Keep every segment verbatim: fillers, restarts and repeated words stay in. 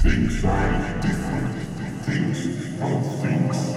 Things are different. Things are things.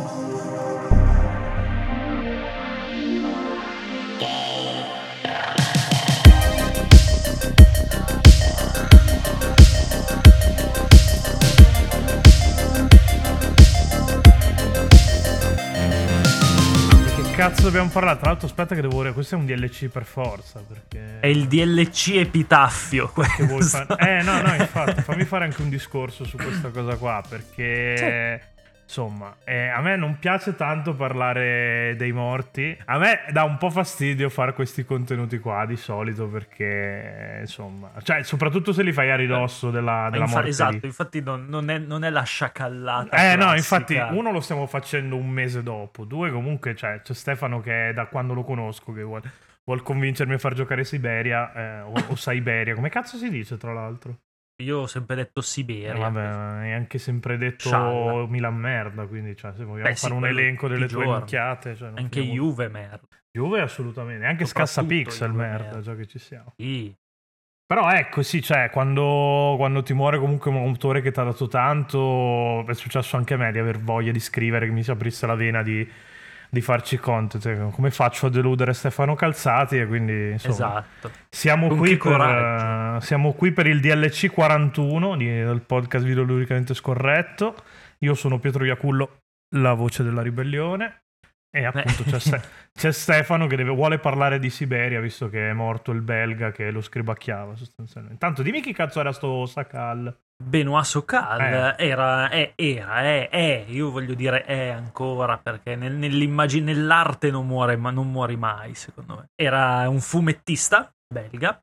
Cazzo dobbiamo parlare? Tra l'altro aspetta che devo ora. Questo è un D L C per forza perché... È il D L C epitaffio che vuoi fare? Eh no no infatti fammi fare anche un discorso su questa cosa qua perché sì. Insomma eh, a me non piace tanto parlare dei morti. A me dà un po' fastidio fare questi contenuti qua di solito perché insomma, cioè soprattutto se li fai a ridosso della, della infa- morte esatto lì. Infatti non, non, è, non è la sciacallata eh classica. No infatti uno lo stiamo facendo un mese dopo, due comunque cioè, c'è Stefano che è da quando lo conosco che vuole, vuol convincermi a far giocare Siberia eh, o, o Siberia, come cazzo si dice tra l'altro? Io ho sempre detto Siberia. Eh, vabbè, hai anche sempre detto Scialla. Milan merda, quindi cioè, se vogliamo Beh, fare sì, un elenco delle tue giorni. minchiate cioè, anche finiamo... Juve merda. Juve assolutamente, anche Scassa Pixel Juve merda, merda, già che ci siamo. Sì. Però ecco sì, cioè quando, quando ti muore comunque un autore che ti ha dato tanto, è successo anche a me di aver voglia di scrivere, che mi si aprisse la vena di, di farci content. Come faccio a deludere Stefano Calzati? E quindi insomma Esatto. siamo Con qui, che per, coraggio. uh, siamo qui per il D L C quarantuno di, del podcast videoludicamente scorretto. Io sono Pietro Iacullo, la voce della ribellione. E appunto c'è, Ste- c'è Stefano che deve, vuole parlare di Siberia visto che è morto il belga che lo scribacchiava sostanzialmente. Intanto dimmi chi cazzo era sto Sakal. Benoît Sokal Eh. era, è, era, è, è, io voglio dire è ancora perché nel, nell'immagine, nell'arte non muore, ma non muori mai secondo me. Era un fumettista belga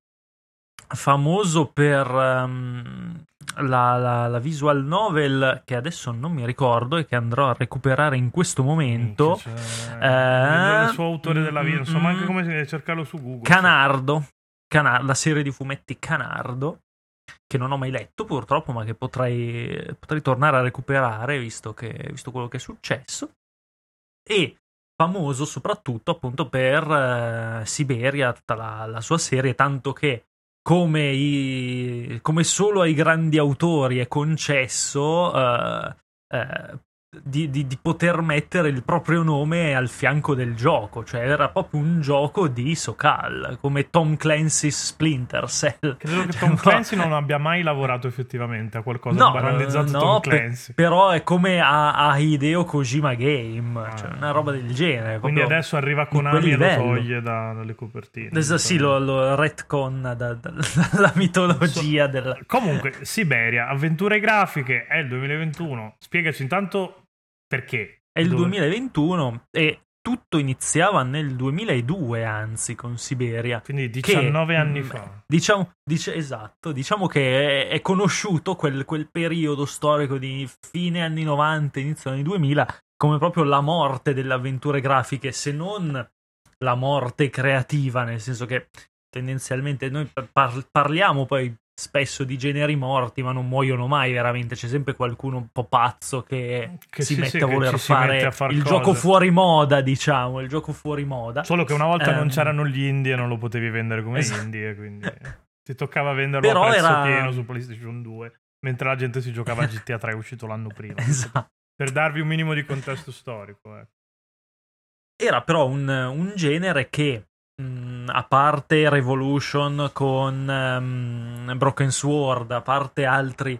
famoso per um, la, la, la visual novel che adesso non mi ricordo e che andrò a recuperare in questo momento. Cioè, eh, il suo autore della vita, non so neanche come cercarlo su Google. Canardo, Canar- la serie di fumetti Canardo, che non ho mai letto purtroppo, ma che potrei, potrei tornare a recuperare visto, che, visto quello che è successo. E famoso soprattutto appunto per uh, Siberia, tutta la, la sua serie, tanto che come, i, come solo ai grandi autori è concesso uh, uh, di, di, di poter mettere il proprio nome al fianco del gioco, cioè era proprio un gioco di Sokal, come Tom Clancy's Splinter Cell. Credo che Tom Clancy non abbia mai lavorato effettivamente a qualcosa no, banalizzato no, Tom pe- Clancy. però è come a, a Hideo Kojima Game, ah, cioè una roba del genere. Quindi adesso arriva Konami e lo toglie da, dalle copertine. Adesso sì, lo, lo retcon da, da, dalla mitologia so, del... Comunque, Siberia, avventure grafiche, è il duemilaventuno. Spiegaci intanto perché. È il Dove... duemilaventuno e tutto iniziava nel duemiladue, anzi, con Siberia. Quindi diciannove che, anni mh, fa. Diciamo, dice, esatto, diciamo che è, è conosciuto quel, quel periodo storico di fine anni novanta, inizio anni duemila, come proprio la morte delle avventure grafiche, se non la morte creativa, nel senso che tendenzialmente noi par- parliamo poi spesso di generi morti, ma non muoiono mai veramente, c'è sempre qualcuno un po' pazzo che, che si sì, mette sì, a voler fare a far il cose. gioco fuori moda, diciamo, il gioco fuori moda. Solo che una volta um, non c'erano gli indie e non lo potevi vendere come esatto. indie, quindi ti toccava venderlo Però a prezzo era... pieno su PlayStation due, mentre la gente si giocava a G T A tre uscito l'anno prima. Esatto. Per darvi un minimo di contesto storico. Eh. Era però un, un genere che a parte Revolution con um, Broken Sword, a parte altri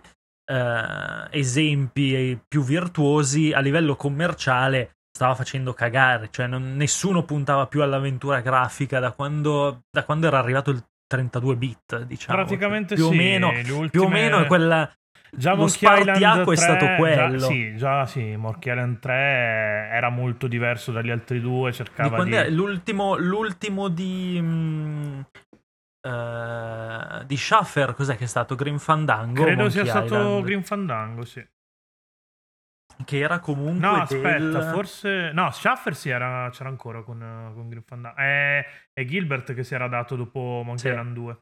uh, esempi più virtuosi, a livello commerciale stava facendo cagare, cioè non, nessuno puntava più all'avventura grafica da quando, da quando era arrivato il trentadue bit, diciamo. Praticamente più sì, o meno, ultime... più o meno quella... Già lo Monkey Island spartiacque tre, è stato quello. Già, sì, già sì, Monkey Island tre era molto diverso dagli altri due, cercava di... di... L'ultimo, l'ultimo di... Mh, uh, di Schaffer, cos'è che è stato? Grim Fandango? Credo Monkey sia Island. stato Grim Fandango, sì. Che era comunque No, aspetta, del... forse... No, Schaffer sì, era... c'era ancora con, con Grim Fandango. È... è Gilbert che si era dato dopo Monkey sì. Island due.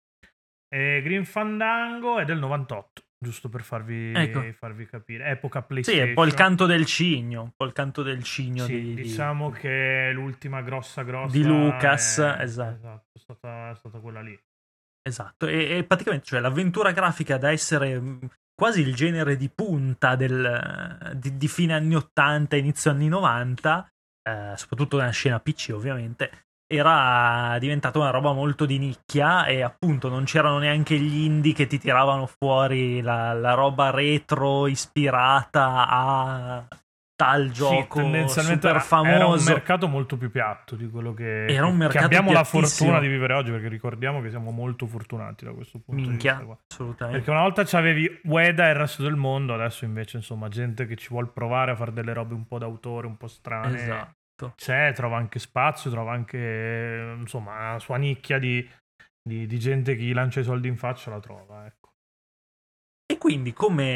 E Grim Fandango è del novantotto, giusto per farvi, ecco. farvi capire. Epoca PlayStation. Sì, è un po' il canto del cigno. Un po' il canto del cigno. Sì, di, diciamo di... che l'ultima grossa grossa di Lucas, è... esatto. esatto è, stata, è stata quella lì. Esatto, e, e praticamente cioè l'avventura grafica da essere quasi il genere di punta del, di, di fine anni ottanta, inizio anni novanta, eh, soprattutto nella scena P C ovviamente, era diventata una roba molto di nicchia e appunto non c'erano neanche gli indie che ti tiravano fuori la, la roba retro ispirata a tal gioco sì, tendenzialmente super famoso. Era un mercato molto più piatto di quello che, era un mercato che abbiamo la piattissimo. fortuna di vivere oggi, perché ricordiamo che siamo molto fortunati da questo punto Minchia, di vista qua. assolutamente. Perché una volta c'avevi Ueda e il resto del mondo, adesso invece insomma gente che ci vuole provare a fare delle robe un po' d'autore, un po' strane, esatto. c'è, trova anche spazio, trova anche insomma la sua nicchia di, di, di gente che gli lancia i soldi in faccia, la trova, ecco. E quindi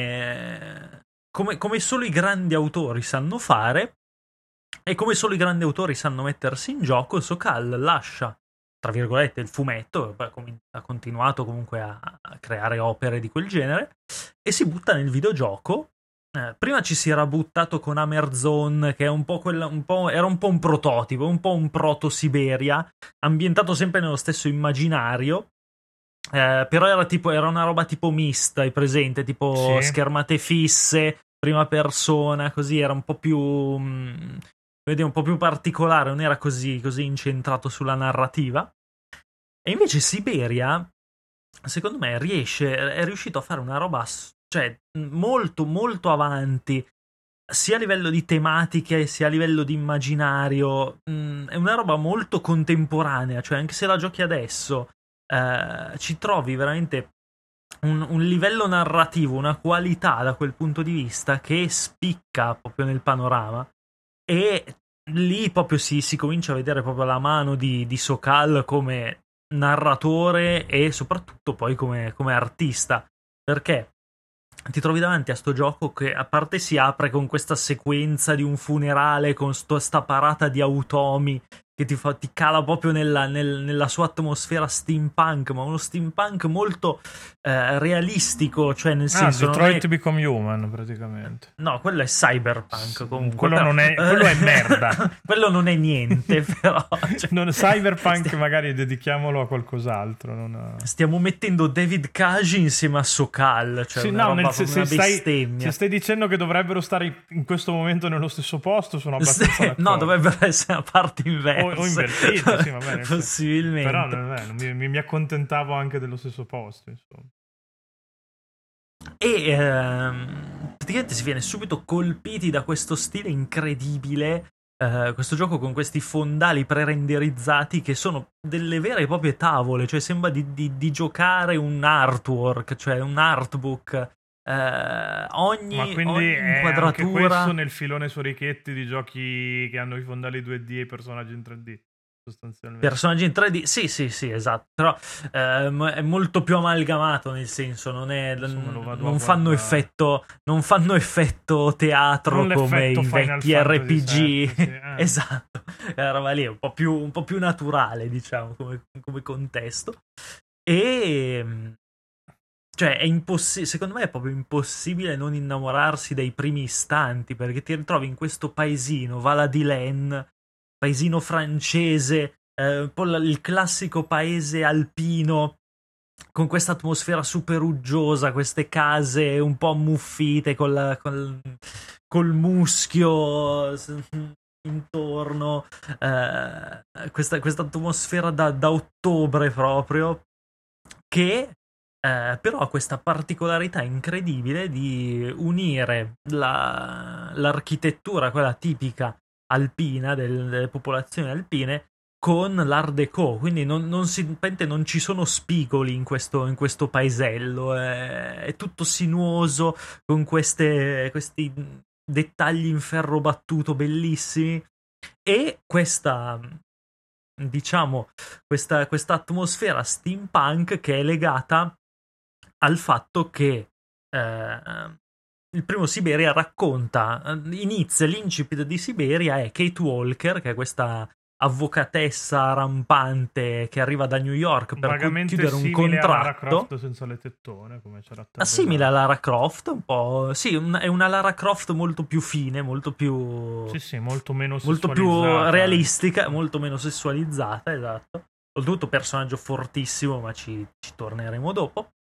come, come, come solo i grandi autori sanno fare e come solo i grandi autori sanno mettersi in gioco, Sokal lascia, tra virgolette, il fumetto, poi ha continuato comunque a, a creare opere di quel genere, e si butta nel videogioco. Eh, prima ci si era buttato con Hammer Zone, che è un po' quella, un po', era un po' un prototipo, un po' un proto-Siberia, ambientato sempre nello stesso immaginario, eh, però era tipo era una roba tipo Myst, hai presente? Tipo Sì. schermate fisse, prima persona, così era un po' più... Mh, vedi, un po' più particolare, non era così, così incentrato sulla narrativa. E invece Siberia, secondo me, riesce, è riuscito a fare una roba... cioè molto molto avanti sia a livello di tematiche sia a livello di immaginario. Mm, è una roba molto contemporanea, cioè anche se la giochi adesso eh, ci trovi veramente un, un livello narrativo, una qualità da quel punto di vista che spicca proprio nel panorama, e lì proprio si, si comincia a vedere proprio la mano di, di Sokal come narratore e soprattutto poi come, come artista, perché ti trovi davanti a sto gioco che a parte si apre con questa sequenza di un funerale con sto, sta parata di automi che ti, fa, ti cala proprio nella, nel, nella sua atmosfera steampunk, ma uno steampunk molto eh, realistico, cioè nel senso... Ah, Detroit non è... Become Human praticamente. No, quello è cyberpunk comunque. Quello, però... non è, quello è merda. Quello non è niente, però... Cioè... Non, cyberpunk Stia... magari dedichiamolo a qualcos'altro. Non a... Stiamo mettendo David Cage insieme a Sokal, cioè sì, una no, roba, nel, se, una se bestemmia. Stai, se stai dicendo che dovrebbero stare in questo momento nello stesso posto, sono abbastanza d'accordo. No, dovrebbero essere a parti inverse. O, o invertite, sì, va bene. Possibilmente. Però non, è, non mi, mi accontentavo anche dello stesso posto, insomma. E ehm, praticamente si viene subito colpiti da questo stile incredibile, eh, questo gioco con questi fondali pre-renderizzati che sono delle vere e proprie tavole, cioè sembra di, di, di giocare un artwork, cioè un artbook. Eh, ogni, Ma quindi ogni è inquadratura... anche questo nel filone Sorichetti di giochi che hanno i fondali due D e i personaggi in tre D, sostanzialmente. Personaggi in tre D, sì, sì, sì, esatto. Però ehm, è molto più amalgamato, nel senso, non è. Insomma, non fanno effetto. Non fanno effetto teatro non come i vecchi R P G. sette, sì, eh. Esatto. La roba lì è un po' più, un po' più naturale, diciamo, come, come contesto. E. Cioè, è impossibile. Secondo me è proprio impossibile non innamorarsi dei primi istanti, perché ti ritrovi in questo paesino, Vala di Len, paesino francese, eh, un po' il classico paese alpino con questa atmosfera super uggiosa, queste case un po' ammuffite col, col, col muschio intorno, eh, questa, questa atmosfera da, da ottobre proprio, che eh, però ha questa particolarità incredibile di unire la, l'architettura, quella tipica alpina, del, delle popolazioni alpine, con l'Art Deco, quindi non, non, si, non ci sono spigoli in questo, in questo paesello, è, è tutto sinuoso, con queste, questi dettagli in ferro battuto bellissimi, e questa, diciamo, questa, questa atmosfera steampunk che è legata al fatto che eh, il primo Siberia racconta, inizia l'incipit di Siberia è Kate Walker, che è questa avvocatessa rampante che arriva da New York per vagamente chiudere un contratto. Simile a Lara contratto. Croft senza le tettone, come c'era Ah, simile a Lara Croft, un po'. Sì, un, è una Lara Croft molto più fine, molto più. Sì, sì, molto meno molto più realistica, molto meno sessualizzata, esatto. Oltretutto personaggio fortissimo, ma ci, ci torneremo dopo.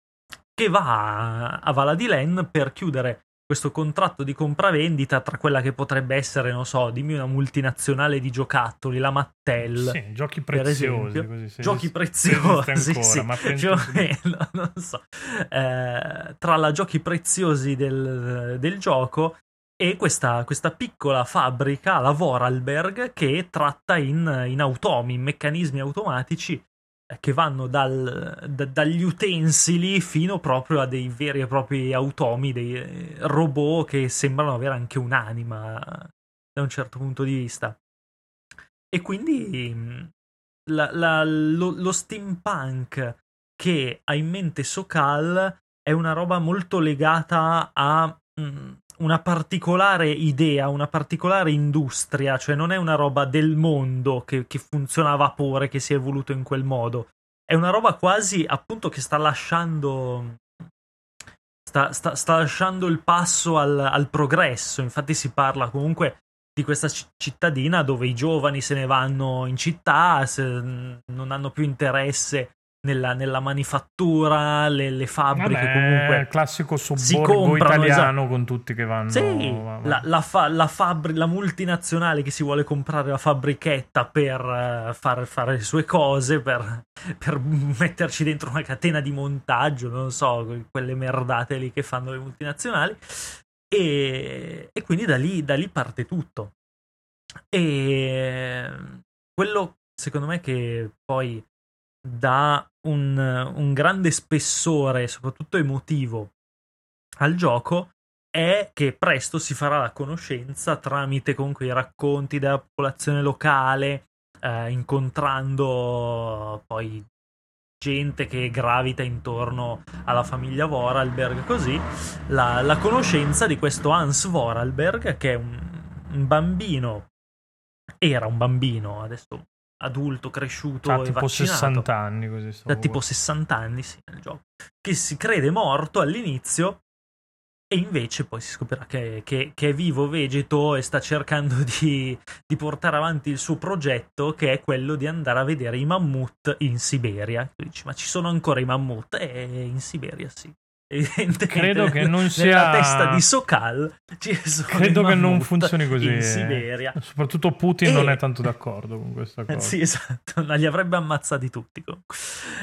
che va a, a Valadilen per chiudere questo contratto di compravendita tra quella che potrebbe essere, non so, dimmi una multinazionale di giocattoli, la Mattel, sì, giochi per preziosi, esempio. così, se Giochi esiste- preziosi, se esiste ancora, sì, ma più o penso- meno, non so. Eh, tra la giochi preziosi del, del gioco e questa, questa piccola fabbrica, la Vorarlberg, che tratta in, in automi, in meccanismi automatici che vanno dal, da- dagli utensili fino proprio a dei veri e propri automi, dei eh, robot che sembrano avere anche un'anima da un certo punto di vista. E quindi mh, la- la- lo, lo steampunk che ha in mente Sokal è una roba molto legata a mh, una particolare idea, una particolare industria, cioè non è una roba del mondo che, che funziona a vapore, che si è evoluto in quel modo. È una roba quasi appunto che sta lasciando. Sta, sta- sta lasciando il passo al, al progresso. Infatti, si parla comunque di questa ci- cittadina dove i giovani se ne vanno in città, se- non hanno più interesse nella, nella manifattura, le, le fabbriche Vabbè, il comunque classico si sobborgo comprano, italiano esatto. con tutti che vanno. Sì, vabbè. la, la, fa- la fabbri- la multinazionale che si vuole comprare la fabbrichetta per eh, far- fare le sue cose, per, per metterci dentro una catena di montaggio, non so, que- quelle merdate lì che fanno le multinazionali. E, e quindi da lì, da lì parte tutto. E quello, secondo me, che poi dà un, un grande spessore, soprattutto emotivo, al gioco è che presto si farà la conoscenza tramite comunque i racconti della popolazione locale, eh, incontrando poi gente che gravita intorno alla famiglia Vorarlberg, così la, la conoscenza di questo Hans Vorarlberg, che è un, un bambino, era un bambino, adesso adulto, cresciuto C'ha e tipo vaccinato, sessanta anni così. da tipo sessanta anni, sì, nel gioco, che si crede morto all'inizio e invece poi si scoprirà che, che- che è vivo, vegeto e sta cercando di, di portare avanti il suo progetto, che è quello di andare a vedere i mammut in Siberia. Tu dici, ma ci sono ancora i mammut? Eh, in Siberia sì. Evidentemente Credo che nel- non nella sia- testa di Sokal ci sono Credo i che non mammut funzioni così. in eh. Siberia. Soprattutto Putin E- non è tanto d'accordo con questa cosa. Sì, esatto, non li avrebbe ammazzati tutti comunque.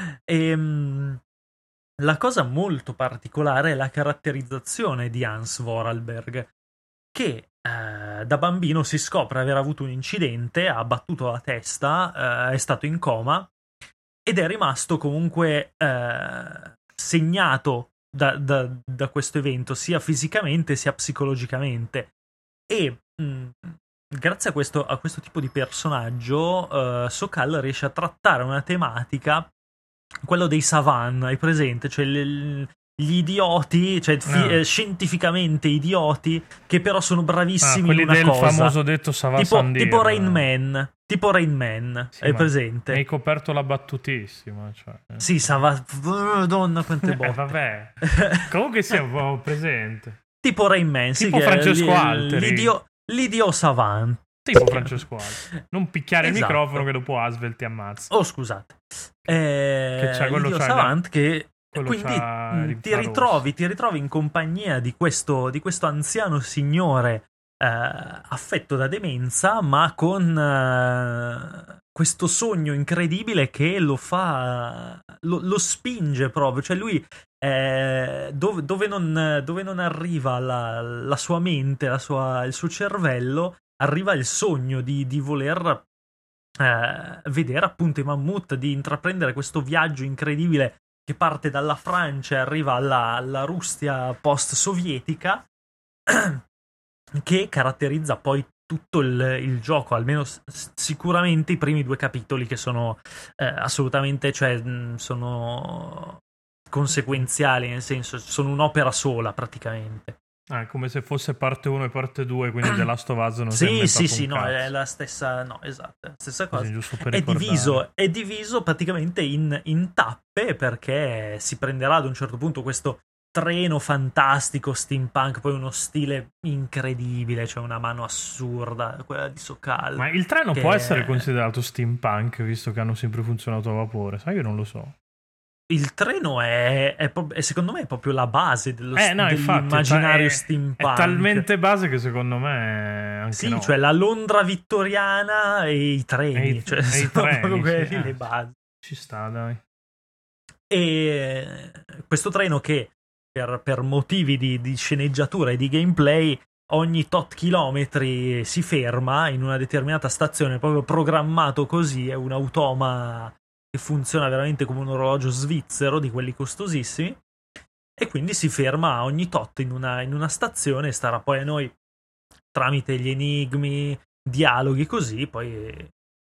Ehm, la cosa molto particolare è la caratterizzazione di Hans Vorarlberg, che eh, da bambino si scopre aver avuto un incidente, ha battuto la testa, eh, è stato in coma ed è rimasto comunque eh, segnato da, da- da questo evento, sia fisicamente sia psicologicamente. E mh, grazie a questo, a questo tipo di personaggio, eh, Sokal riesce a trattare una tematica, quello dei Savan, hai presente? Cioè l- gli idioti, cioè fi- Ah. eh, scientificamente idioti, che però sono Ah, bravissimi quelli in una del cosa. famoso detto Sava Tipo, Sandir. tipo Rain Man. Tipo Rain Man, Sì, hai ma presente? Mi hai coperto la battutissima. Cioè. Sì, Sava. Madonna, quante Eh, botte. vabbè. Comunque siamo presente. Tipo Rain Man, sì, Tipo che è Francesco l'i- Alteri. L'idio, l'idio savant. Tipo Francesco Alto. Non picchiare Esatto. il microfono che dopo Asvel ti ammazza. Oh, scusate. Eh, Che c'ha- quello l'idio c'ha- savant che quello quindi c'ha mh, ti l'infrarossi. ritrovi, ti ritrovi in compagnia di questo, di questo anziano signore eh, affetto da demenza, ma con eh, questo sogno incredibile che lo fa, lo, lo spinge proprio. Cioè lui eh, dove, dove non, dove non arriva la, la sua mente, la sua- il suo cervello, arriva il sogno di, di voler eh, vedere appunto i mammut, di intraprendere questo viaggio incredibile che parte dalla Francia e arriva alla, alla Russia post-sovietica, che caratterizza poi tutto il, il gioco, almeno s- sicuramente i primi due capitoli, che sono eh, assolutamente, cioè mh, sono conseguenziali, nel senso sono un'opera sola praticamente. Ah, è come se fosse parte uno e parte due, quindi The Last of Us non si è Sì, inventato sì, sì, un no, cazzo. è la stessa, no, esatto, è la stessa cosa. Così, giusto per È ricordare. diviso, è diviso praticamente in, in tappe, perché si prenderà ad un certo punto questo treno fantastico steampunk, poi uno stile incredibile, cioè una mano assurda, quella di Sokal. Ma il treno che- può essere considerato steampunk, visto che hanno sempre funzionato a vapore? Sai, io non lo so. il treno è, è, pro- è secondo me è proprio la base dello, Eh, no, infatti, dell'immaginario è, steampunk. è talmente base che secondo me anche Sì, no. cioè la Londra vittoriana e i treni, E i- cioè e i sono treni, proprio sì, quelli eh. le basi. Ci sta, dai. E questo treno che per, per motivi di, di sceneggiatura e di gameplay ogni tot chilometri si ferma in una determinata stazione, proprio programmato così, è un automa che funziona veramente come un orologio svizzero di quelli costosissimi, e quindi si ferma ogni tot in una, in una stazione e starà poi a noi, tramite gli enigmi, dialoghi così, poi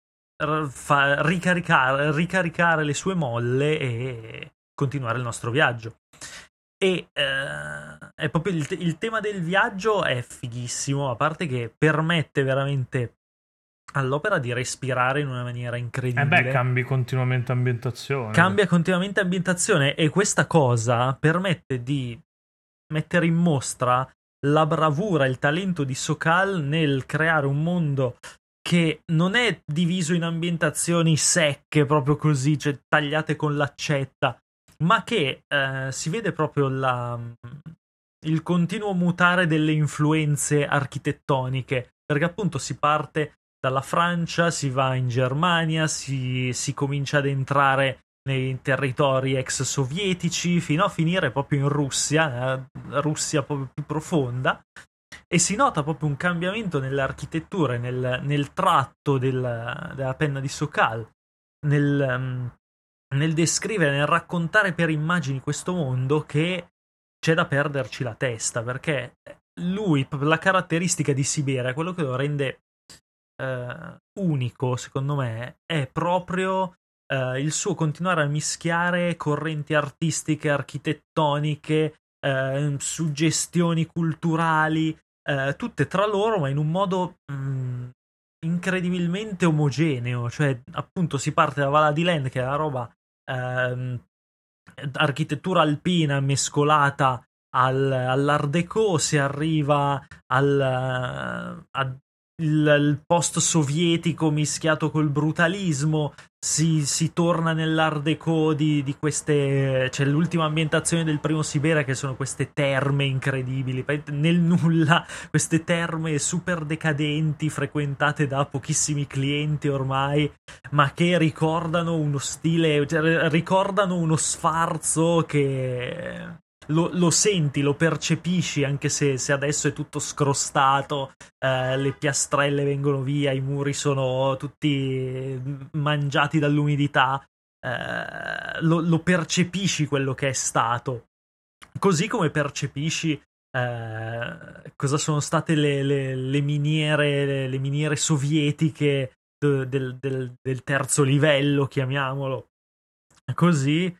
fa ricaricare, ricaricare le sue molle e continuare il nostro viaggio. E eh, è proprio il, il tema del viaggio è fighissimo, a parte che permette veramente all'opera di respirare in una maniera incredibile. Eh beh, cambi continuamente ambientazione. Cambia continuamente ambientazione, e questa cosa permette di mettere in mostra la bravura, il talento di Sokal nel creare un mondo che non è diviso in ambientazioni secche, proprio così, cioè tagliate con l'accetta, ma che eh, si vede proprio la, il continuo mutare delle influenze architettoniche, perché appunto si parte dalla Francia, si va in Germania, si, si comincia ad entrare nei territori ex sovietici, fino a finire proprio in Russia, eh, Russia proprio più profonda, e si nota proprio un cambiamento nell'architettura e nel, nel tratto del, della penna di Sokal, nel, um, nel descrivere, nel raccontare per immagini questo mondo che c'è da perderci la testa, perché lui, la caratteristica di Siberia, quello che lo rende eh, unico, secondo me, è proprio eh, il suo continuare a mischiare correnti artistiche, architettoniche, eh, suggestioni culturali, eh, tutte tra loro, ma in un modo mh, incredibilmente omogeneo. Cioè, appunto, si parte da Vala di Land, che è la roba ehm, architettura alpina mescolata al, all'Art Deco, si arriva al, al il, il post sovietico mischiato col brutalismo, si, si torna nell'Art Deco di, di queste, c'è cioè l'ultima ambientazione del primo Siberia, che sono queste terme incredibili nel nulla, queste terme super decadenti frequentate da pochissimi clienti ormai, ma che ricordano uno stile, cioè, ricordano uno sfarzo che Lo, lo senti, lo percepisci, anche se, se adesso è tutto scrostato, eh, le piastrelle vengono via, i muri sono tutti mangiati dall'umidità, eh, lo, lo percepisci quello che è stato, così come percepisci eh, cosa sono state le, le, le miniere le, le miniere sovietiche de, del, del, del terzo livello, chiamiamolo così,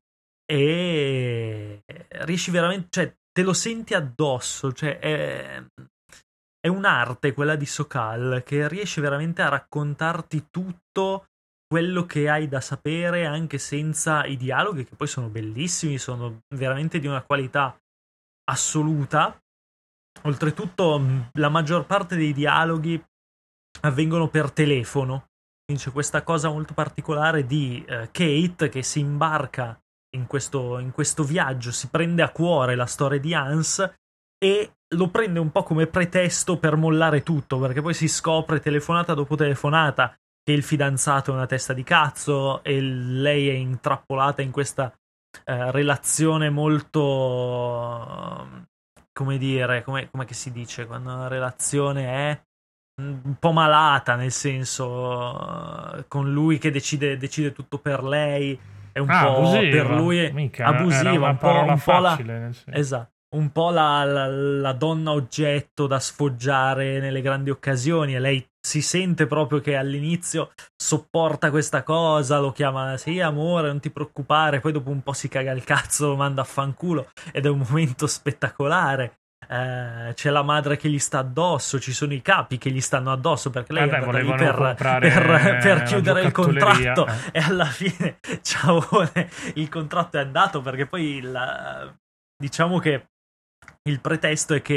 e riesci veramente, cioè te lo senti addosso, cioè è, è un'arte quella di Sokal che riesce veramente a raccontarti tutto quello che hai da sapere, anche senza i dialoghi, che poi sono bellissimi, sono veramente di una qualità assoluta. Oltretutto la maggior parte dei dialoghi avvengono per telefono, quindi c'è questa cosa molto particolare di eh, Kate che si imbarca in questo, in questo viaggio, si prende a cuore la storia di Hans e lo prende un po' come pretesto per mollare tutto, perché poi si scopre telefonata dopo telefonata che il fidanzato è una testa di cazzo e lei è intrappolata in questa eh, relazione molto, come dire, come, come che si dice quando una relazione è un po' malata, nel senso, con lui che decide, decide tutto per lei, è un ah, po' abusiva. per lui è Mica, abusiva, era una un po', parola un po' la, facile, nel senso. esatto, un po' la, la, la donna oggetto da sfoggiare nelle grandi occasioni, e lei si sente proprio che all'inizio sopporta questa cosa, lo chiama sì amore non ti preoccupare, poi dopo un po' si caga il cazzo, lo manda a fanculo, ed è un momento spettacolare. Eh, c'è la madre che gli sta addosso, ci sono i capi che gli stanno addosso, perché lei eh beh, è andata lì volevano per, comprare per, per la chiudere il giocattolleria, contratto, eh. e alla fine ciaone, il contratto è andato, perché poi il, diciamo che il pretesto è che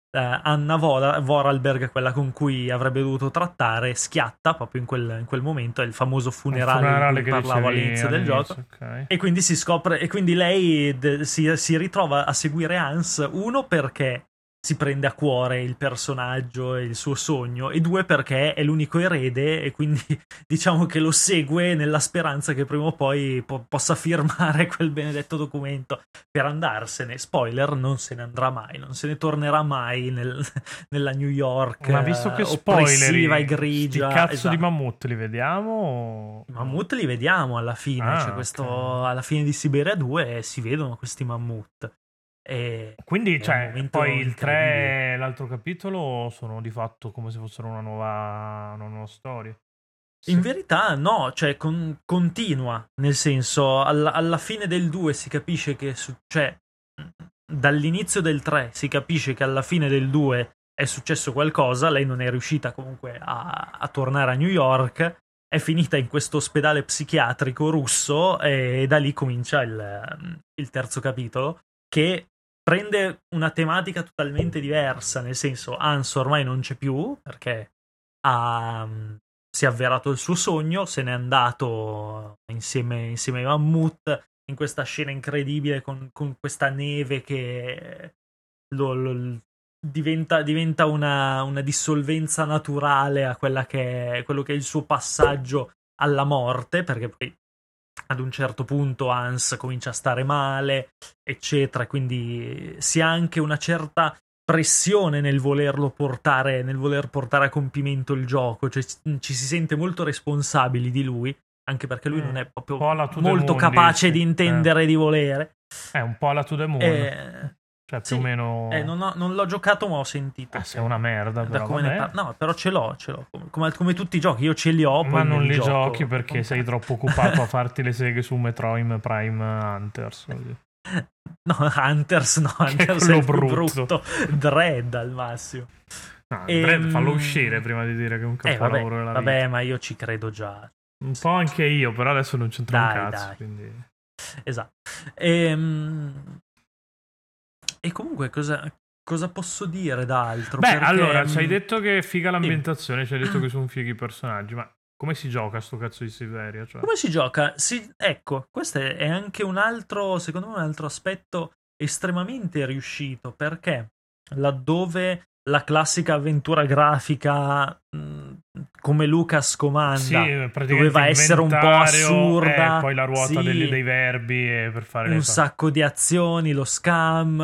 eh, Anna Vor- Vorarlberg, quella con cui avrebbe dovuto trattare, schiatta proprio in quel, in quel momento, è il famoso funerale, funerale di cui che parlavo dicevi all'inizio del all'inizio, gioco. ok. E quindi si scopre, e quindi lei de- si, si ritrova a seguire Hans, uno perché si prende a cuore il personaggio e il suo sogno, e due perché è l'unico erede e quindi diciamo che lo segue nella speranza che prima o poi po- possa firmare quel benedetto documento per andarsene. Spoiler, non se ne andrà mai, non se ne tornerà mai nel- nella New York Ma visto che eh, oppressiva e spoileri, sti grigia. cazzo Esatto. di mammut li vediamo? o- I mammut li vediamo alla fine, Ah, cioè questo, ok. alla fine di Siberia due si vedono questi mammut. E Quindi, è un cioè, momento poi il incredibile. tre e l'altro capitolo sono di fatto come se fossero una nuova, una nuova storia. In Sì. verità no, cioè con- continua, nel senso alla, alla fine del due si capisce che, su- cioè dall'inizio del tre si capisce che alla fine del due è successo qualcosa, lei non è riuscita comunque a, a tornare a New York, è finita in questo ospedale psichiatrico russo e da lì comincia il, il terzo capitolo che prende una tematica totalmente diversa, nel senso Hans ormai non c'è più perché ha, si è avverato il suo sogno, se n'è andato insieme, insieme ai mammut in questa scena incredibile con, con questa neve che lo, lo- diventa, diventa una, una dissolvenza naturale a quella che è, quello che è il suo passaggio alla morte, perché poi ad un certo punto Hans comincia a stare male, eccetera, quindi si ha anche una certa pressione nel volerlo portare, nel voler portare a compimento il gioco, cioè ci si sente molto responsabili di lui, anche perché lui Mm, non è un proprio po' alla To The molto Moon, capace dici. di intendere e di volere. Eh, è un po' alla To The Moon. Eh, Cioè, più o sì, meno... eh, non, ho- non l'ho giocato, ma ho sentito. Ah, che- sei una merda, da però come ne vabbè. par- No, però ce l'ho, ce l'ho. Come, come- come tutti i giochi, io ce li ho, Ma poi me non li li gioco. giochi perché con sei cazzo. troppo occupato a farti le seghe su Metroid Prime Hunters. così. No, Hunters no, Che è Hunters è quello il più brutto. brutto. Dread al massimo. No, Ehm, Dread fallo uscire prima di dire che è un Eh, vabbè, capolavoro della vabbè, vita. ma io ci credo già. Un po' anche io, però adesso non c'entra un Dai, cazzo. dai. Quindi... Esatto. Ehm, E comunque cosa, cosa posso dire d'altro? Beh, Perché, allora, ci hai mh, detto che è figa sì. l'ambientazione, ci hai detto che sono fighi i personaggi, ma come si gioca sto cazzo di Siberia? Cioè? Come si gioca? Si- ecco, questo è è anche un altro, secondo me, un altro aspetto estremamente riuscito, perché laddove la classica avventura grafica mh, come Lucas comanda Sì, praticamente doveva essere un po' inventario, assurda, eh, poi la ruota sì, degli- dei verbi eh, per fare le un fa- sacco di azioni, lo scam,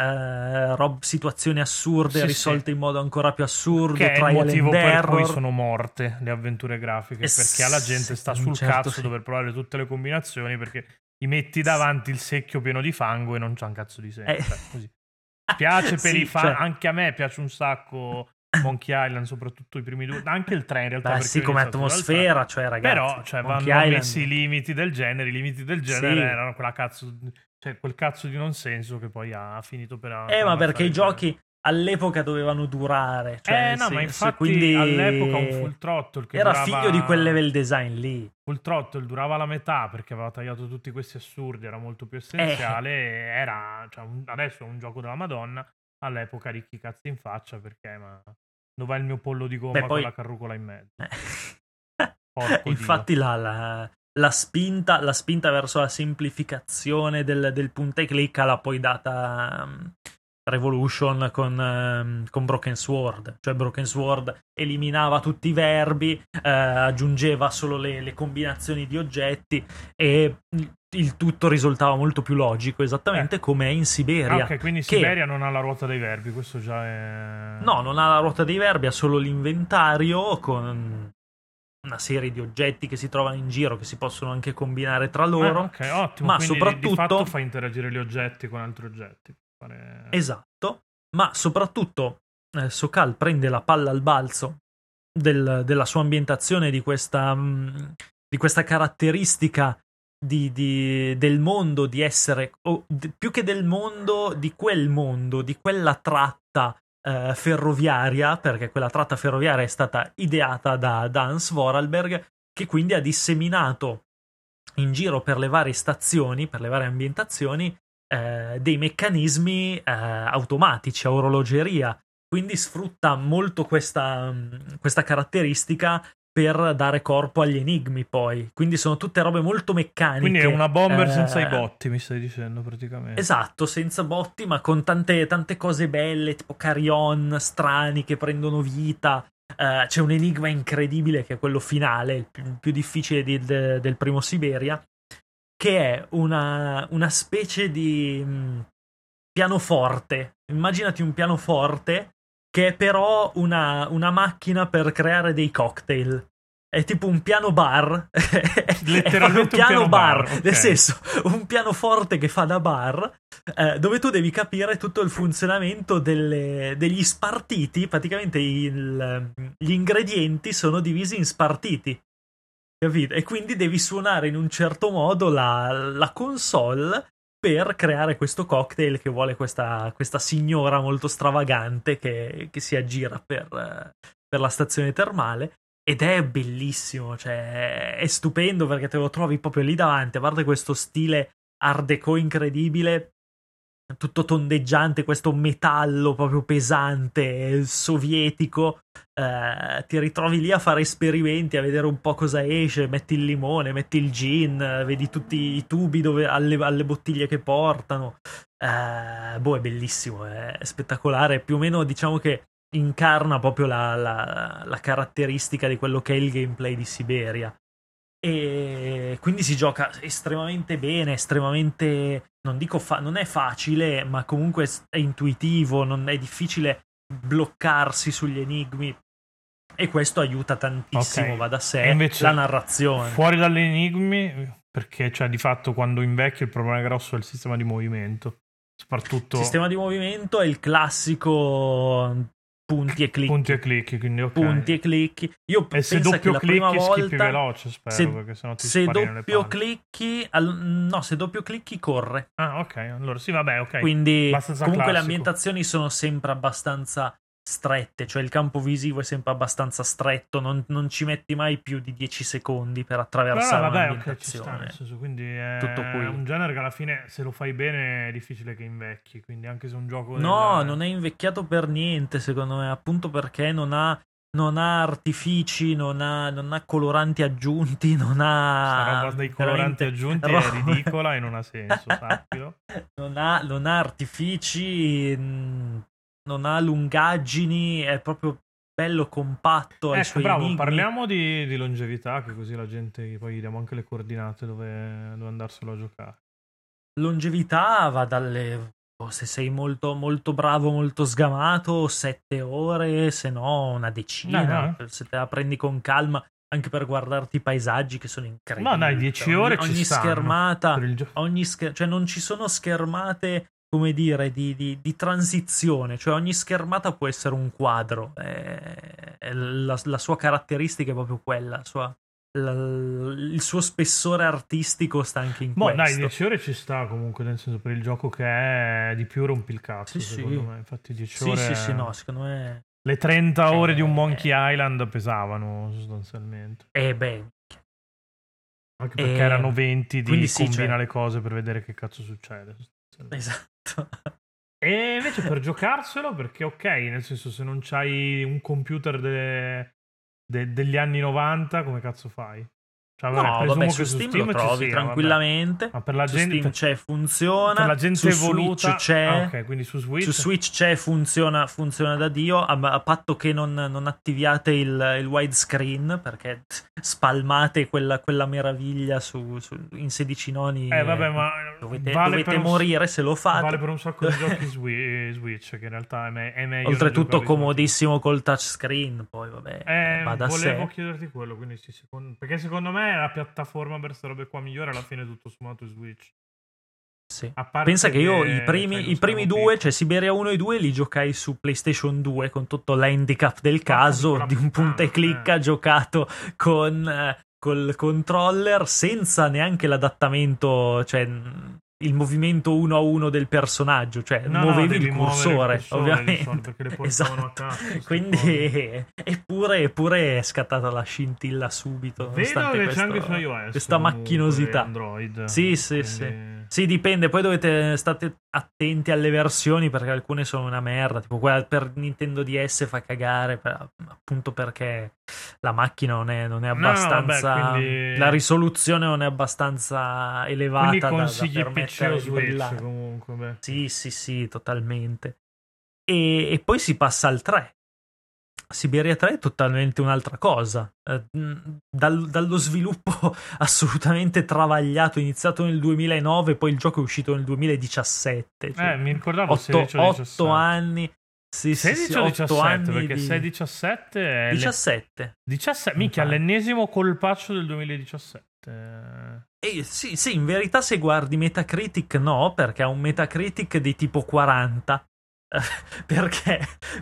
eh, rob- situazioni assurde Sì, risolte sì. in modo ancora più assurdo, Che è il trial motivo and per cui error. sono morte le avventure grafiche, Eh, perché alla gente sta in un sul certo cazzo sen- dover provare tutte le combinazioni perché gli metti davanti il secchio pieno di fango e non c'ha un cazzo di senso. Eh. Cioè, così. Piace per Sì, i fan, cioè- anche a me piace un sacco Monkey Island, soprattutto i primi due, anche il tre in realtà. Beh, perché sì, io ho come iniziato dal tre. atmosfera, cioè ragazzi, Però cioè, Monkey vanno Island- messi i limiti del genere, i limiti del genere Sì. erano quella cazzo, cioè quel cazzo di non senso che poi ha finito per Eh, per ma ammazzare perché i il genere. giochi all'epoca dovevano durare. Cioè, Eh nel no, ma senso, infatti quindi all'epoca un Full Throttle che era durava... figlio di quel level design lì. Full Throttle durava la metà perché aveva tagliato tutti questi assurdi, era molto più essenziale. Eh. Era, cioè, un- adesso è un gioco della Madonna, all'epoca ricchi cazzi in faccia perché ma dov'è il mio pollo di gomma Beh, con poi- la carrucola in mezzo? Eh. Porco Infatti la, la- la spinta, la spinta verso la semplificazione del, del punta e clicca l'ha poi data um, Revolution con, um, con Broken Sword. Cioè Broken Sword eliminava tutti i verbi, eh, aggiungeva solo le, le combinazioni di oggetti e il tutto risultava molto più logico, esattamente Eh. come è in Siberia. Ah, ok, quindi che- Siberia non ha la ruota dei verbi, questo già è... No, non ha la ruota dei verbi, ha solo l'inventario con una serie di oggetti che si trovano in giro, che si possono anche combinare tra loro. Ah, ok, ottimo, ma quindi di- soprattutto- di fatto fa interagire gli oggetti con altri oggetti. Fare- Esatto, ma soprattutto eh, Sokal prende la palla al balzo del- della sua ambientazione, di questa, mh, di questa caratteristica di, di- del mondo, di essere, o di- più che del mondo, di quel mondo, di quella tratta eh, ferroviaria, perché quella tratta ferroviaria è stata ideata da, da Hans Vorarlberg, che quindi ha disseminato in giro per le varie stazioni, per le varie ambientazioni, eh, dei meccanismi eh, automatici a orologeria quindi sfrutta molto questa, questa caratteristica per dare corpo agli enigmi poi, quindi sono tutte robe molto meccaniche. Quindi è una bomber eh, senza i botti, mi stai dicendo praticamente. Esatto, senza botti, ma con tante, tante cose belle, tipo carry-on strani che prendono vita. Uh, c'è un enigma incredibile che è quello finale, il più, il più difficile di, de, del primo Siberia, che è una, una specie di mh, pianoforte. Immaginati un pianoforte che è però una, una macchina per creare dei cocktail. È tipo un piano bar. Letteralmente un piano, un piano bar, bar okay. Nel senso, un pianoforte che fa da bar, eh, dove tu devi capire tutto il funzionamento delle, degli spartiti. Praticamente il, gli ingredienti sono divisi in spartiti, capito? E quindi devi suonare in un certo modo la, la console per creare questo cocktail che vuole questa, questa signora molto stravagante che, che si aggira per, per la stazione termale. Ed è bellissimo, cioè è stupendo perché te lo trovi proprio lì davanti, a parte questo stile art déco incredibile, tutto tondeggiante, questo metallo proprio pesante, sovietico, eh, ti ritrovi lì a fare esperimenti, a vedere un po' cosa esce, metti il limone, metti il gin, vedi tutti i tubi dove, alle, alle bottiglie che portano, eh, boh, è bellissimo, è spettacolare, più o meno diciamo che incarna proprio la, la, la caratteristica di quello che è il gameplay di Siberia, e quindi si gioca estremamente bene, estremamente, non dico fa- non è facile, ma comunque è intuitivo, non è difficile bloccarsi sugli enigmi, e questo aiuta tantissimo, okay. Va da sé, invece, la narrazione. Fuori dagli enigmi, perché cioè di fatto quando invecchia il problema grosso è il sistema di movimento, soprattutto il sistema di movimento è il classico punti e clicchi. Punti e clicchi, quindi ok. Punti e clicchi. Io e se penso doppio che la prima clicchi volta, schippi veloce, spero, se, perché sennò ti se spari nelle doppio palle. clicchi, al, no, se doppio clicchi corre. Ah, ok, allora sì, vabbè, ok. Quindi abbastanza comunque classico. le ambientazioni sono sempre abbastanza strette, cioè il campo visivo è sempre abbastanza stretto, non, non ci metti mai più di dieci secondi per attraversare no, vabbè, un'ambientazione. ok, ci sta, nel senso, quindi è tutto qui. un genere che alla fine se lo fai bene è difficile che invecchi, quindi anche se un gioco No, del... non è invecchiato per niente, secondo me, appunto perché non ha non ha artifici, non ha, non ha coloranti aggiunti, non ha... Sta roba dei coloranti aggiunti ro- è ridicola e non ha senso, sappilo. Non ha, non ha artifici, non ha lungaggini, è proprio bello compatto. Ai Ecco, suoi bravo, enigmi. parliamo di, di longevità, che così la gente, poi gli diamo anche le coordinate dove, dove andarselo a giocare. Longevità va dalle... se sei molto, molto bravo, molto sgamato, sette ore, se no una decina, no, no. Se te la prendi con calma, anche per guardarti i paesaggi che sono incredibili. Ma dai, dieci cioè, ore ogni, ci ogni stanno schermata, per il gio- ogni scher- cioè non ci sono schermate, come dire, di, di, di transizione, cioè ogni schermata può essere un quadro, è, è la, la sua caratteristica è proprio quella, la sua... La, il suo spessore artistico sta anche in Boh, questo. dai, dieci ore ci sta comunque, nel senso, per il gioco che è, di più rompi il cazzo, Sì, secondo sì. me. Infatti dieci Sì, ore... sì, sì, no, secondo me... Le trenta ore Eh, di un Monkey Island pesavano sostanzialmente. Eh beh, Anche perché eh, erano venti di quindi sì, combina cioè- le cose per vedere che cazzo succede. sostanzialmente. esatto. E invece per giocarselo, perché ok, nel senso, se non c'hai un computer de- de- degli anni novanta, come cazzo fai? Cioè, vabbè, No, presumo vabbè, che su su Steam, Steam lo ci trovi sia, tranquillamente. vabbè. Ma per la Su gente, Steam c'è, funziona. per la gente su evoluta, Switch c'è. ah, ok, quindi su Switch, Su Switch c'è, funziona, funziona da Dio, a, a patto che non, non attiviate il, il widescreen, perché spalmate quella, quella meraviglia su, su- in sedici noni. eh vabbè, ma dovete, vale dovete per un- morire se lo fate. vale per un sacco di giochi Swi- Switch, che in realtà è, me- è meglio non Oltretutto giocarli su- comodissimo col touchscreen, poi vabbè, Eh, va da volevo sé. chiederti quello, quindi sì, secondo- perché secondo me è la piattaforma per queste robe qua migliore, alla fine tutto sommato Switch. Sì. A parte Pensa che io i c'hai primi, uno i primi schermo due, piccolo. cioè Siberia uno e due, li giocai su PlayStation due con tutto l'handicap del Porca caso, di quella di un puttana, punta e clicca eh. giocato con eh, col controller senza neanche l'adattamento, cioè mh, il movimento uno a uno del personaggio, cioè No, no, muovevi devi il muovere il cursore, cursore, di ovviamente. solito, perché le portavano a Esatto. cazzo, queste Quindi cose. eppure, eppure è scattata la scintilla subito, Vedo nonostante che c'è questo- anche su iOS questa comunque, macchinosità. Android. Sì, sì, quindi- sì. Sì, dipende, poi dovete state attenti alle versioni perché alcune sono una merda, tipo quella per Nintendo D S fa cagare per- appunto perché la macchina non è, non è No, no, vabbè, abbastanza, quindi... la risoluzione non è abbastanza Quindi elevata da, da consigli P C o permettere di Switch brillare. comunque, beh. Sì, sì, sì, totalmente. E, e poi si passa al tre. Siberia tre è totalmente un'altra cosa. Eh, mh, dal- dallo sviluppo assolutamente travagliato, iniziato nel duemilanove, poi il gioco è uscito nel duemiladiciassette. Cioè, Eh, mi ricordavo otto, sedici o diciassette. anni. Sì, sì, sì, sedici o otto diciassette? anni Perché di... sei diciassette è... le- diciassette. diciassette, minchia, Infatti. l'ennesimo colpaccio del duemiladiciassette. E sì, sì, in verità se guardi Metacritic no, perché ha un Metacritic di tipo quaranta. Perché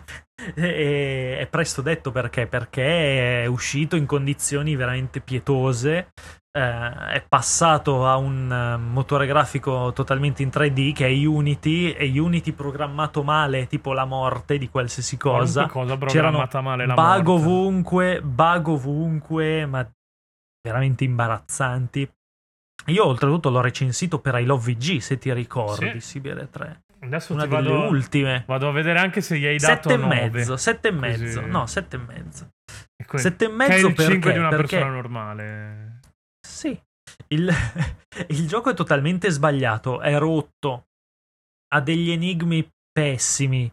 è, è presto detto perché perché è uscito in condizioni veramente pietose, eh, è passato a un eh, motore grafico totalmente in tre D che è Unity, e Unity programmato male è tipo la morte di qualsiasi cosa. Qualunque cosa C'erano programmata male la bug morte. ovunque, bug ovunque, ma veramente imbarazzanti. Io oltretutto l'ho recensito per I Love V G, se ti ricordi, Sì. Siberia tre. Adesso Una ti delle vado, ultime. vado a vedere anche se gli hai dato Sette e nove. mezzo, sette e Così- mezzo. No, sette e mezzo. E que- Sette e che è mezzo il cinque di perché? una Perché persona normale. sì, il, il gioco è totalmente sbagliato, è rotto, ha degli enigmi pessimi,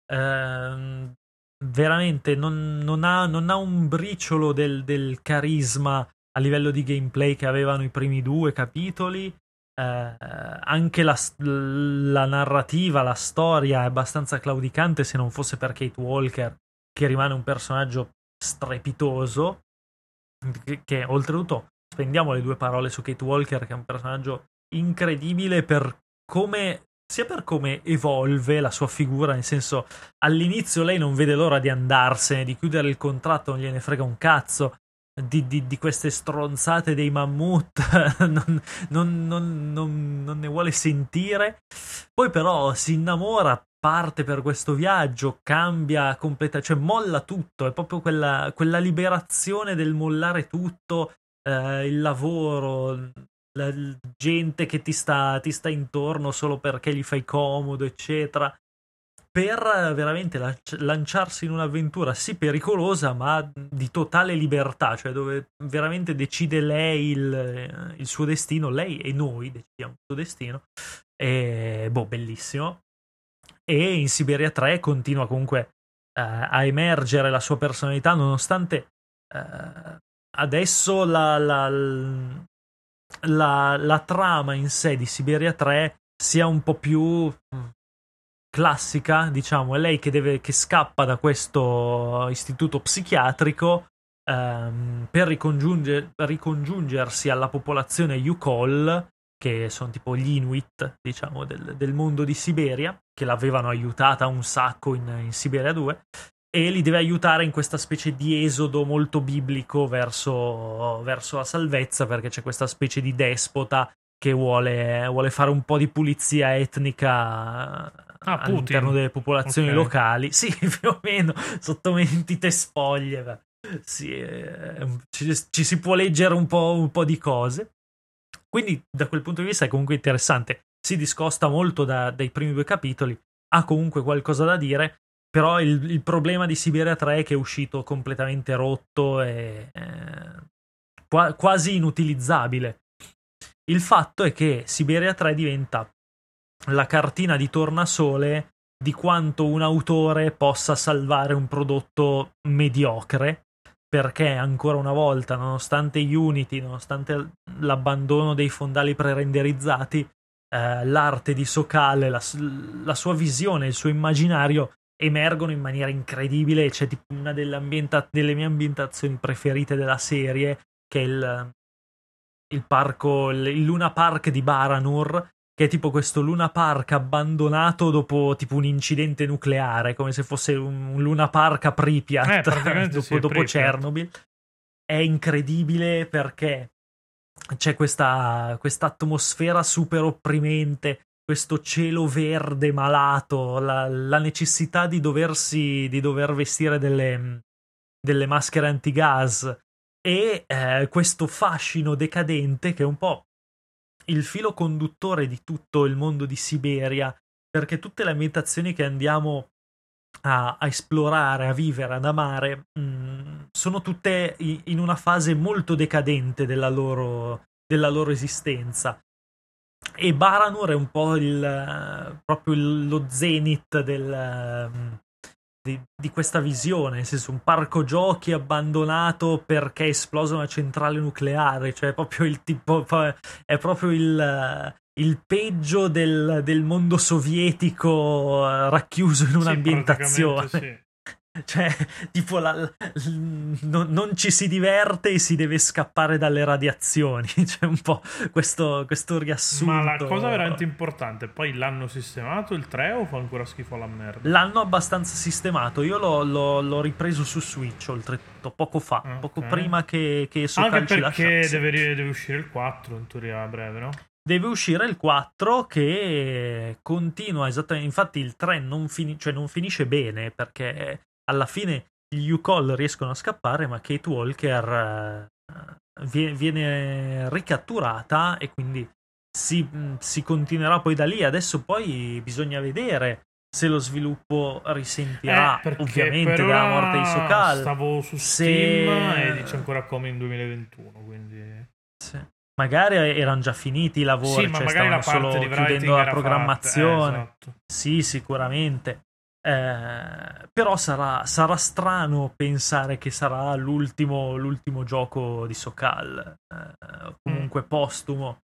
ehm, veramente non, non ha, non ha un briciolo del, del carisma a livello di gameplay che avevano i primi due capitoli. Eh, anche la, la narrativa, la storia è abbastanza claudicante se non fosse per Kate Walker, che rimane un personaggio strepitoso, che, che oltretutto spendiamo le due parole su Kate Walker, che è un personaggio incredibile per come, sia per come evolve la sua figura, nel senso, all'inizio lei non vede l'ora di andarsene, di chiudere il contratto, non gliene frega un cazzo di, di, di queste stronzate dei mammut, non, non, non, non, non ne vuole sentire. Poi però si innamora, parte per questo viaggio, cambia completamente, cioè molla tutto, è proprio quella, quella liberazione del mollare tutto, eh, il lavoro, la gente che ti sta, ti sta intorno solo perché gli fai comodo, eccetera, per veramente lanciarsi in un'avventura sì pericolosa, ma di totale libertà, cioè dove veramente decide lei il, il suo destino, lei e noi decidiamo il suo destino, e boh, bellissimo. E in Siberia tre continua comunque eh, a emergere la sua personalità, nonostante eh, adesso la, la, la, la trama in sé di Siberia tre sia un po' più classica, diciamo. È lei che, deve, che scappa da questo istituto psichiatrico ehm, per ricongiunge, ricongiungersi alla popolazione Yukol, che sono tipo gli Inuit, diciamo, del, del mondo di Siberia, che l'avevano aiutata un sacco in, in Siberia due, e li deve aiutare in questa specie di esodo molto biblico verso, verso la salvezza, perché c'è questa specie di despota che vuole, vuole fare un po' di pulizia etnica Ah, all'interno Putin. delle popolazioni Ok. locali. Sì, più o meno, sotto mentite spoglie. Beh. Sì, eh, ci, ci si può leggere un po', un po' di cose. Quindi da quel punto di vista è comunque interessante. Si discosta molto da, dai primi due capitoli, ha comunque qualcosa da dire, però il, il problema di Siberia tre è che è uscito completamente rotto e eh, qua, quasi inutilizzabile. Il fatto è che Siberia tre diventa la cartina di tornasole di quanto un autore possa salvare un prodotto mediocre, perché ancora una volta, nonostante Unity, nonostante l'abbandono dei fondali pre-renderizzati, eh, l'arte di Sokal, la, la sua visione, il suo immaginario emergono in maniera incredibile. C'è tipo una delle, ambienta- delle mie ambientazioni preferite della serie, che è il, il parco, il Luna Park di Baranur, che è tipo questo Luna Park abbandonato dopo tipo un incidente nucleare, come se fosse un Luna Park a Pripyat, Eh, praticamente dopo, sì, è dopo Pripyat. Chernobyl. È incredibile perché c'è questa atmosfera super opprimente, questo cielo verde malato, la, la necessità di doversi di dover vestire delle, delle maschere antigas, e eh, questo fascino decadente che un po' il filo conduttore di tutto il mondo di Siberia, perché tutte le ambientazioni che andiamo a, a esplorare, a vivere, ad amare, mh, sono tutte i- in una fase molto decadente della loro, della loro esistenza. E Baranur è un po' il, eh, proprio il- lo zenith del, ehm, di, di questa visione, nel senso un parco giochi abbandonato perché è esplosa una centrale nucleare, cioè proprio il tipo, fa- è proprio il, eh, il peggio del, del mondo sovietico eh, racchiuso in Sì, un'ambientazione. praticamente sì. Cioè, tipo, la- la- l- non, non ci si diverte e si deve scappare dalle radiazioni. C'è un po' questo, questo riassunto. Ma la cosa veramente importante, poi l'hanno sistemato il tre o fa ancora schifo alla merda? L'hanno abbastanza sistemato. Io l'ho, l'ho- l'ho ripreso su Switch, oltretutto, poco fa, Ok. poco prima che, che Anche Sokal ci perché lasciasse. deve, deve uscire il quattro in teoria a breve, no? Deve uscire il quattro che continua esattamente. Infatti, il tre non, fini- cioè non finisce bene perché alla fine gli U-Call riescono a scappare, ma Kate Walker eh, vie- viene ricatturata e quindi si, si continuerà poi da lì. Adesso poi bisogna vedere se lo sviluppo risentirà Eh, perché ovviamente per della morte di ora Sokal. stavo su Se- Steam e dice ancora come in duemilaventuno, quindi... Sì. Magari erano già finiti i lavori, Sì, ma cioè magari stavano la parte solo di writing chiudendo la era fatta, programmazione. eh, esatto. Sì, sicuramente. Eh, però sarà, sarà strano pensare che sarà l'ultimo, l'ultimo gioco di Sokal, eh, o comunque postumo.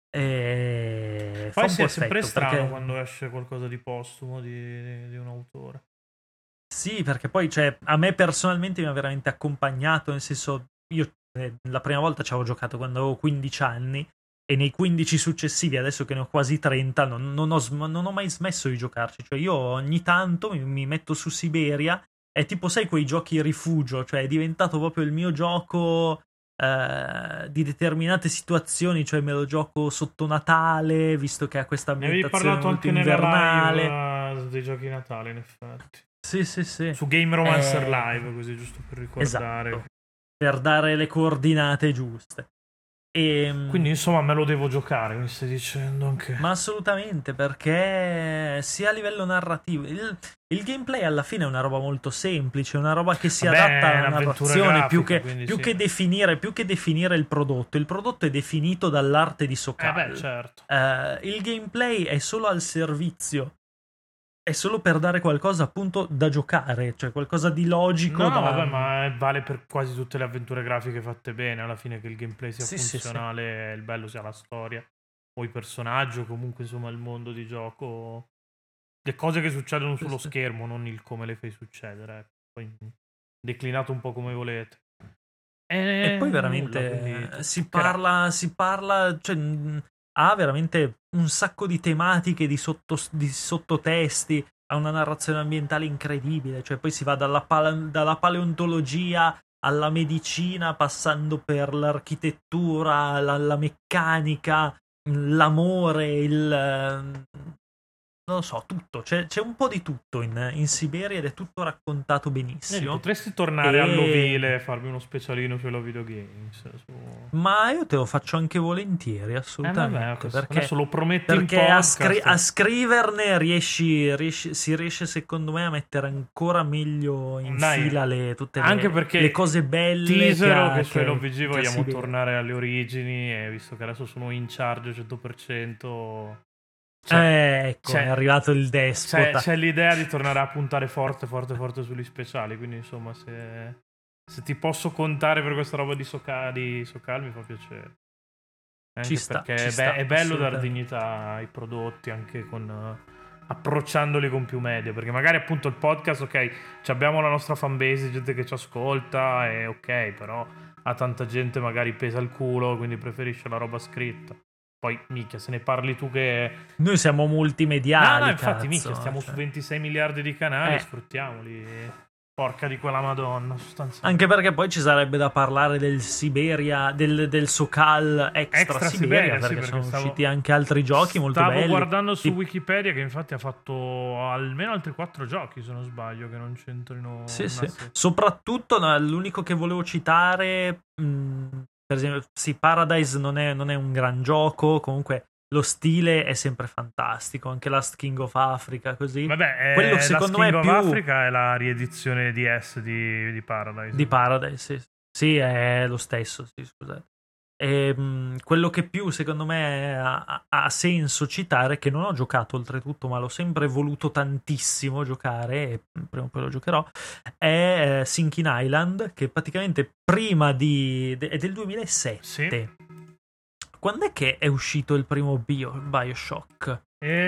E fa Poi un sì, po' è sempre effetto strano perché quando esce qualcosa di postumo di, di un autore. sì, perché poi cioè, a me personalmente mi ha veramente accompagnato, nel senso io eh, la prima volta ci avevo giocato quando avevo quindici anni e nei quindici successivi, adesso che ne ho quasi trenta, non, non ho, sm- non ho mai smesso di giocarci. Cioè io ogni tanto mi, mi metto su Siberia, è tipo, sai, quei giochi rifugio, cioè è diventato proprio il mio gioco eh, di determinate situazioni, cioè me lo gioco sotto Natale, visto che ha questa Ne avevi ambientazione parlato molto anche nella invernale. live eh, dei giochi Natale, in effetti. Sì, sì, sì. Su Game Romancer Eh, Live, così giusto per ricordare. Esatto, per dare le coordinate giuste. E, Quindi insomma me lo devo giocare, mi stai dicendo anche. ma assolutamente, perché sia a livello narrativo, il, il gameplay alla fine è una roba molto semplice, una roba che si Vabbè, adatta è alla un'avventura narrazione più grafica, che, quindi più sì. che definire, più che definire il prodotto. Il prodotto è definito dall'arte di Eh Sokal. beh, certo. Eh, il gameplay è solo al servizio, è solo per dare qualcosa appunto da giocare, cioè qualcosa di logico No, da... vabbè, ma vale per quasi tutte le avventure grafiche fatte bene. Alla fine che il gameplay sia Sì, sì, sì. funzionale, il bello sia la storia, o i personaggi, o comunque insomma il mondo di gioco. Le cose che succedono Sì, sullo sì. schermo, non il come le fai succedere. ecco. Poi declinato un po' come volete. E poi nulla, quindi veramente to- si toccherà. parla, si parla, cioè, mh, ha veramente un sacco di tematiche, di, sotto, di sottotesti, ha una narrazione ambientale incredibile, cioè poi si va dalla, pale- dalla paleontologia alla medicina, passando per l'architettura, la, la meccanica, l'amore, il... ehm, non lo so, tutto, c'è, c'è un po' di tutto in, in Siberia ed è tutto raccontato Vedi, benissimo. potresti tornare E- all'ovile e farmi uno specialino sui videogames. Su... Ma io te lo faccio anche volentieri, Eh assolutamente. vabbè, questo- perché adesso lo prometti in perché a, podcast. scri- a scriverne riesci, riesci- si riesce secondo me a mettere ancora meglio in Dai, fila le, tutte anche le, perché le cose belle teasero che, che, ha, su L O che, V G che ha vogliamo Siberia. tornare alle origini e visto che adesso sono in charge cento per cento cioè, Eh, ecco, c'è- è arrivato il c'è, despota. c'è l'idea di tornare a puntare forte forte forte sugli speciali, quindi insomma se, se ti posso contare per questa roba di Sokal, di Sokal mi fa piacere. Anche Ci sta, perché ci è, be- sta, è bello dare assolutamente. dignità ai prodotti anche con eh, approcciandoli con più media, perché magari appunto il podcast, ok, ci abbiamo la nostra fanbase, gente che ci ascolta e ok, però a tanta gente magari pesa il culo, quindi preferisce la roba scritta. Poi minchia, se ne parli tu che Noi siamo multimediali, no, no, infatti cazzo, minchia, stiamo cioè. su ventisei miliardi di canali, Eh. sfruttiamoli. Porca di quella Madonna, sostanzialmente. Anche perché poi ci sarebbe da parlare del Siberia, del, del Sokal extra, Extra Siberia, Siberia, sì, perché, perché sono stavo- usciti anche altri giochi molto Stavo belli. guardando su Tipo- Wikipedia che infatti ha fatto almeno altri quattro giochi, se non sbaglio, che non c'entrino Sì, una sì. serie. Soprattutto no, l'unico che volevo citare, mh, per esempio, sì, Paradise non è, non è un gran gioco, comunque lo stile è sempre fantastico, anche Last King of Africa, così. Vabbè, quello eh, secondo Last me King è of più Africa è la riedizione di S di, di Paradise. di Paradise, sì. Sì, è lo stesso, sì, scusate. E, mh, quello che più secondo me ha, ha senso citare, che non ho giocato oltretutto, ma l'ho sempre voluto tantissimo giocare, e prima o poi lo giocherò, è eh, Sinking Island, che praticamente prima di... è del duemilasette. Sì. Quando è che è uscito il primo Bio, Bioshock?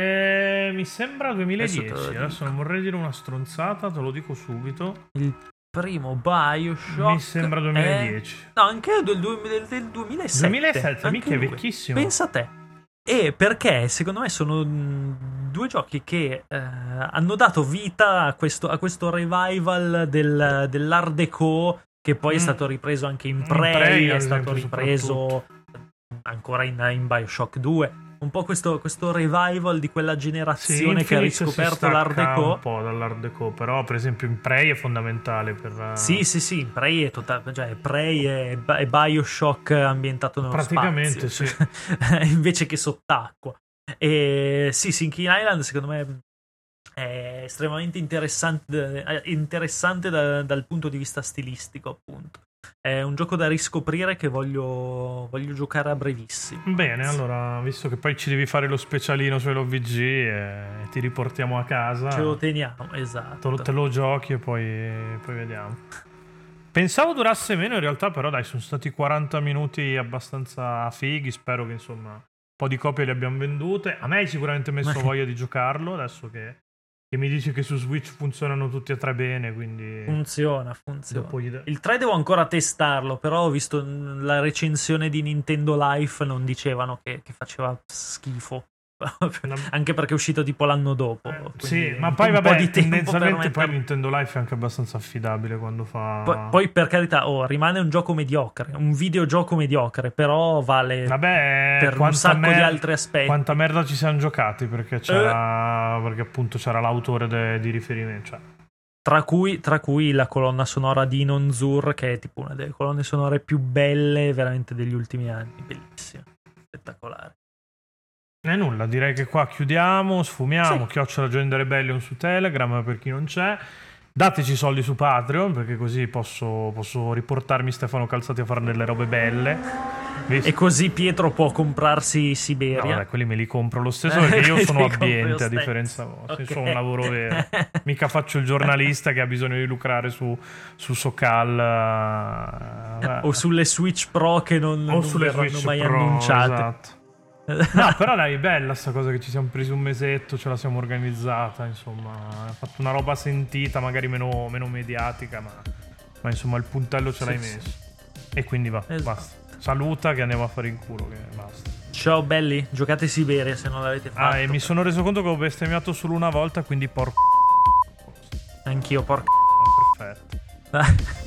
E mi sembra duemiladieci. Adesso te lo Adesso non vorrei dire una stronzata, te lo dico subito. Il primo Bioshock Mi sembra duemiladieci. è... no, anche del, du- del, del duemilasette. duemilasette, anche mica è lui. vecchissimo. Pensa a te. E perché secondo me sono mh, due giochi che eh, hanno dato vita a questo, a questo revival del, dell'Art Deco, che poi Mm. è stato ripreso anche in In Prey, Prey, è ad stato esempio, ripreso ancora in, in Bioshock due. Un po' questo, questo revival di quella Sì, generazione che ha Infinite si riscoperto l'Art stacca Deco. un po' dall'Art Deco, però per esempio in Prey è fondamentale per... Sì, sì, sì, Prey è totale, cioè Prey è, è Bioshock ambientato nello Praticamente, spazio, sì. cioè, invece che sott'acqua. E sì, Sinking Island secondo me è estremamente interessante, eh, interessante da- dal punto di vista stilistico, appunto. È un gioco da riscoprire che voglio, voglio giocare a brevissimo. Bene, anzi. allora, visto che poi ci devi fare lo specialino sull'O V G e ti riportiamo a casa, Ce lo teniamo, te esatto. lo, te lo giochi e poi, poi vediamo. Pensavo durasse meno, in realtà, però dai, sono stati quaranta minuti abbastanza fighi. Spero che insomma un po' di copie le abbiamo vendute. A me hai sicuramente messo voglia di giocarlo adesso che, che mi dici che su Switch funzionano tutti e tre bene, quindi Funziona, funziona. dopo gli de- Il tre devo ancora testarlo, però ho visto mm, la recensione di Nintendo Life, non dicevano che, che faceva schifo. Anche perché è uscito tipo l'anno dopo. Eh, quindi sì, ma un poi po' vabbè, di tempo tendenzialmente per poi metterlo- Nintendo Life è anche abbastanza affidabile quando fa... Poi, poi, per carità, oh, rimane un gioco mediocre, un videogioco mediocre, però vale Vabbè, per un quanta sacco mer- di altri aspetti. Quanta merda ci siamo giocati perché c'era perché appunto c'era l'autore de- di riferimento, cioè. Tra cui, tra cui la colonna sonora di Non Zur, che è tipo una delle colonne sonore più belle veramente degli ultimi anni. Bellissima, spettacolare. E nulla, direi che qua chiudiamo, sfumiamo, Sì. chiocciola Agenda Rebellion su Telegram per chi non c'è. Dateci soldi su Patreon perché così posso, posso riportarmi Stefano Calzati a fare delle robe belle. Visto- E così Pietro può comprarsi No, Siberia. vabbè, quelli me li compro lo stesso perché io Li sono compri lo abbiente a stesso. differenza vostra. Io Ok. sono un lavoro vero. Mica faccio il giornalista che ha bisogno di lucrare su, su Socal eh, O sulle Switch Pro che non, o non sulle verranno Switch mai Pro, annunciate. esatto. No, però dai, è bella sta cosa che ci siamo presi un mesetto, ce la siamo organizzata, insomma, ha fatto una roba sentita, magari meno, meno mediatica, ma, ma insomma il puntello ce l'hai Sì, sì. messo. E quindi va, Esatto. basta. Saluta che andiamo a fare in culo, che basta. Ciao belli, giocate Siberia se non l'avete fatto. Ah, e mi sono reso conto che ho bestemmiato solo una volta, quindi porco. Anch'io, porca. Perfetto.